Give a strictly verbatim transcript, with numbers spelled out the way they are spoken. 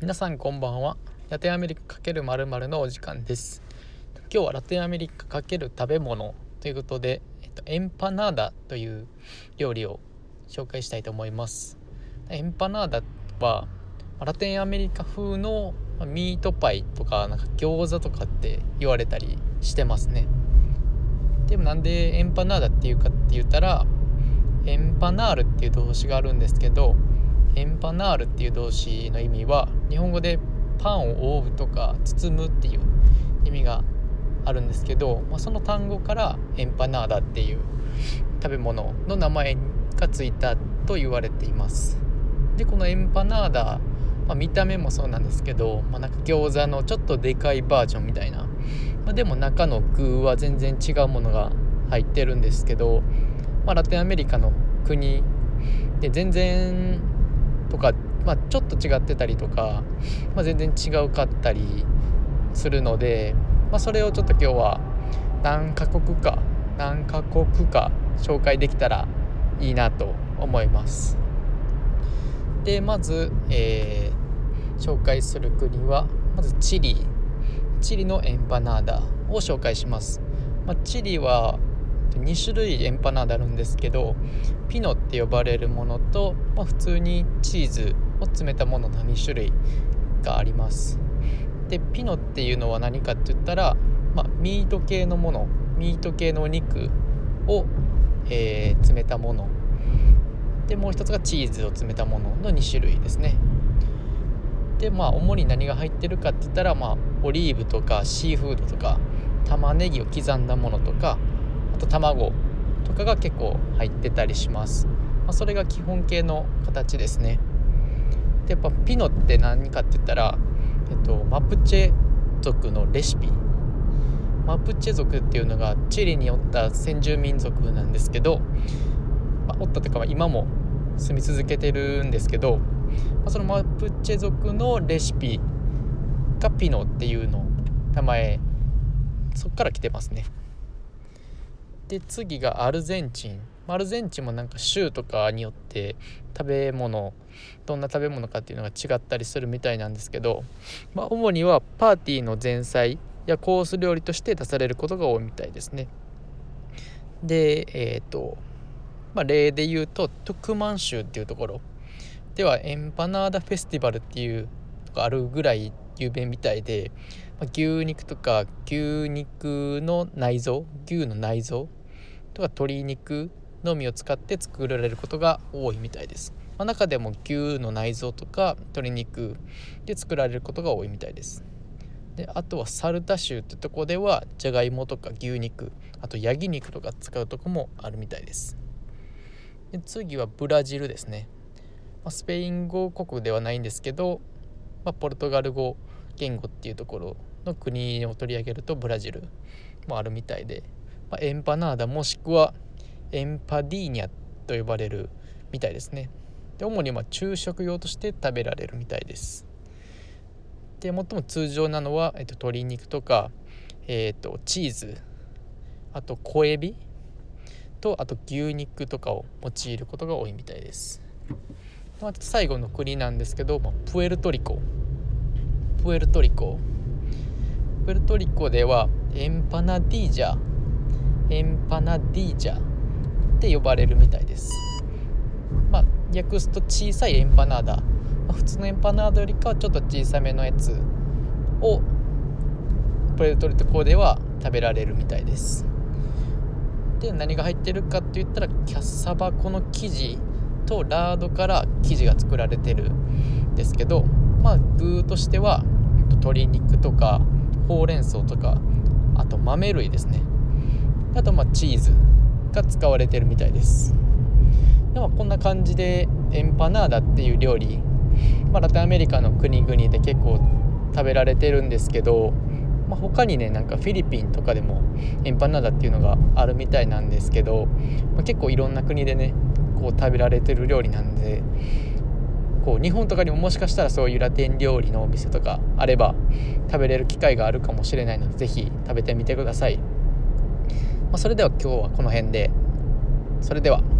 皆さんこんばんは。ラテンアメリカ×〇〇のお時間です。今日はラテンアメリカ×食べ物ということで、えっと、エンパナーダという料理を紹介したいと思います。エンパナーダはラテンアメリカ風のミートパイとか、なんか餃子とかって言われたりしてますね。でもなんでエンパナーダっていうかって言ったら、エンパナールっていう動詞があるんですけど、エンパナールっていう動詞の意味は日本語でパンを覆うとか包むっていう意味があるんですけど、まあ、その単語からエンパナーダっていう食べ物の名前がついたと言われています。でこのエンパナーダ、まあ、見た目もそうなんですけど、まあ、なんか餃子のちょっとでかいバージョンみたいな、まあ、でも中の具は全然違うものが入ってるんですけど、まあ、ラテンアメリカの国で全然とか、まあ、ちょっと違ってたりとか、まあ、全然違うかったりするので、まあ、それをちょっと今日は何カ国か何カ国か紹介できたらいいなと思います。でまず、えー、紹介する国はまずチリチリのエンパナーダを紹介します。まあ、チリはに種類エンパナーダあるんですけど、ピノって呼ばれるものと、まあ、普通にチーズを詰めたもののに種類があります。でピノっていうのは何かって言ったら、まあ、ミート系のものミート系のお肉を、えー、詰めたもので、もう一つがチーズを詰めたもののに種類ですね。でまあ主に何が入ってるかって言ったら、まあ、オリーブとかシーフードとか玉ねぎを刻んだものとか、あと卵とかが結構入ってたりします。まあ、それが基本形の形ですね。でやっぱピノって何かって言ったら、えっと、マプチェ族のレシピ。マプチェ族っていうのがチリにおった先住民族なんですけど、まあ、おったというか今も住み続けてるんですけど、まあ、そのマプチェ族のレシピがピノっていうの名前、そっから来てますね。で次がアルゼンチン。アルゼンチンもなんか州とかによって食べ物どんな食べ物かっていうのが違ったりするみたいなんですけど、まあ、主にはパーティーの前菜やコース料理として出されることが多いみたいですね。でえっ、ー、と、まあ、例で言うとトゥクマン州っていうところではエンパナーダフェスティバルっていうのがあるぐらい有名みたいで、まあ、牛肉とか牛肉の内臓牛の内臓とか鶏肉のみを使って作られることが多いみたいです。まあ、中でも牛の内臓とか鶏肉で作られることが多いみたいです。であとはサルタ州ってとこではじゃがいもとか牛肉、あとヤギ肉とか使うとこもあるみたいです。で次はブラジルですね。まあ、スペイン語国ではないんですけど、まあ、ポルトガル語言語っていうところの国を取り上げるとブラジルもあるみたいで、まあ、エンパナーダもしくはエンパディーニャと呼ばれるみたいですね。で主にまあ昼食用として食べられるみたいです。で最も通常なのは、えっと、鶏肉とか、えっと、チーズ、あと小エビと、あと牛肉とかを用いることが多いみたいです。でまた最後の国なんですけど、まあ、プエルトリコプエルトリコプエルトリコではエンパナディージャエンパナディージャって呼ばれるみたいです。まあ訳すと小さいエンパナーダ、まあ、普通のエンパナーダよりかはちょっと小さめのやつをプエルトリコでは食べられるみたいです。で何が入ってるかって言ったら、キャッサバ粉の生地とラードから生地が作られてるんですけど、まあ具としては鶏肉とかほうれん草とか、あと豆類ですね。あとまあチーズが使われてるみたいです。でもこんな感じでエンパナーダっていう料理、まあ、ラテンアメリカの国々で結構食べられてるんですけど、まあ、他にねなんかフィリピンとかでもエンパナーダっていうのがあるみたいなんですけど、まあ、結構いろんな国でねこう食べられてる料理なんで、こう日本とかにももしかしたらそういうラテン料理のお店とかあれば食べれる機会があるかもしれないので、ぜひ食べてみてください。まあ、それでは今日はこの辺で。それでは。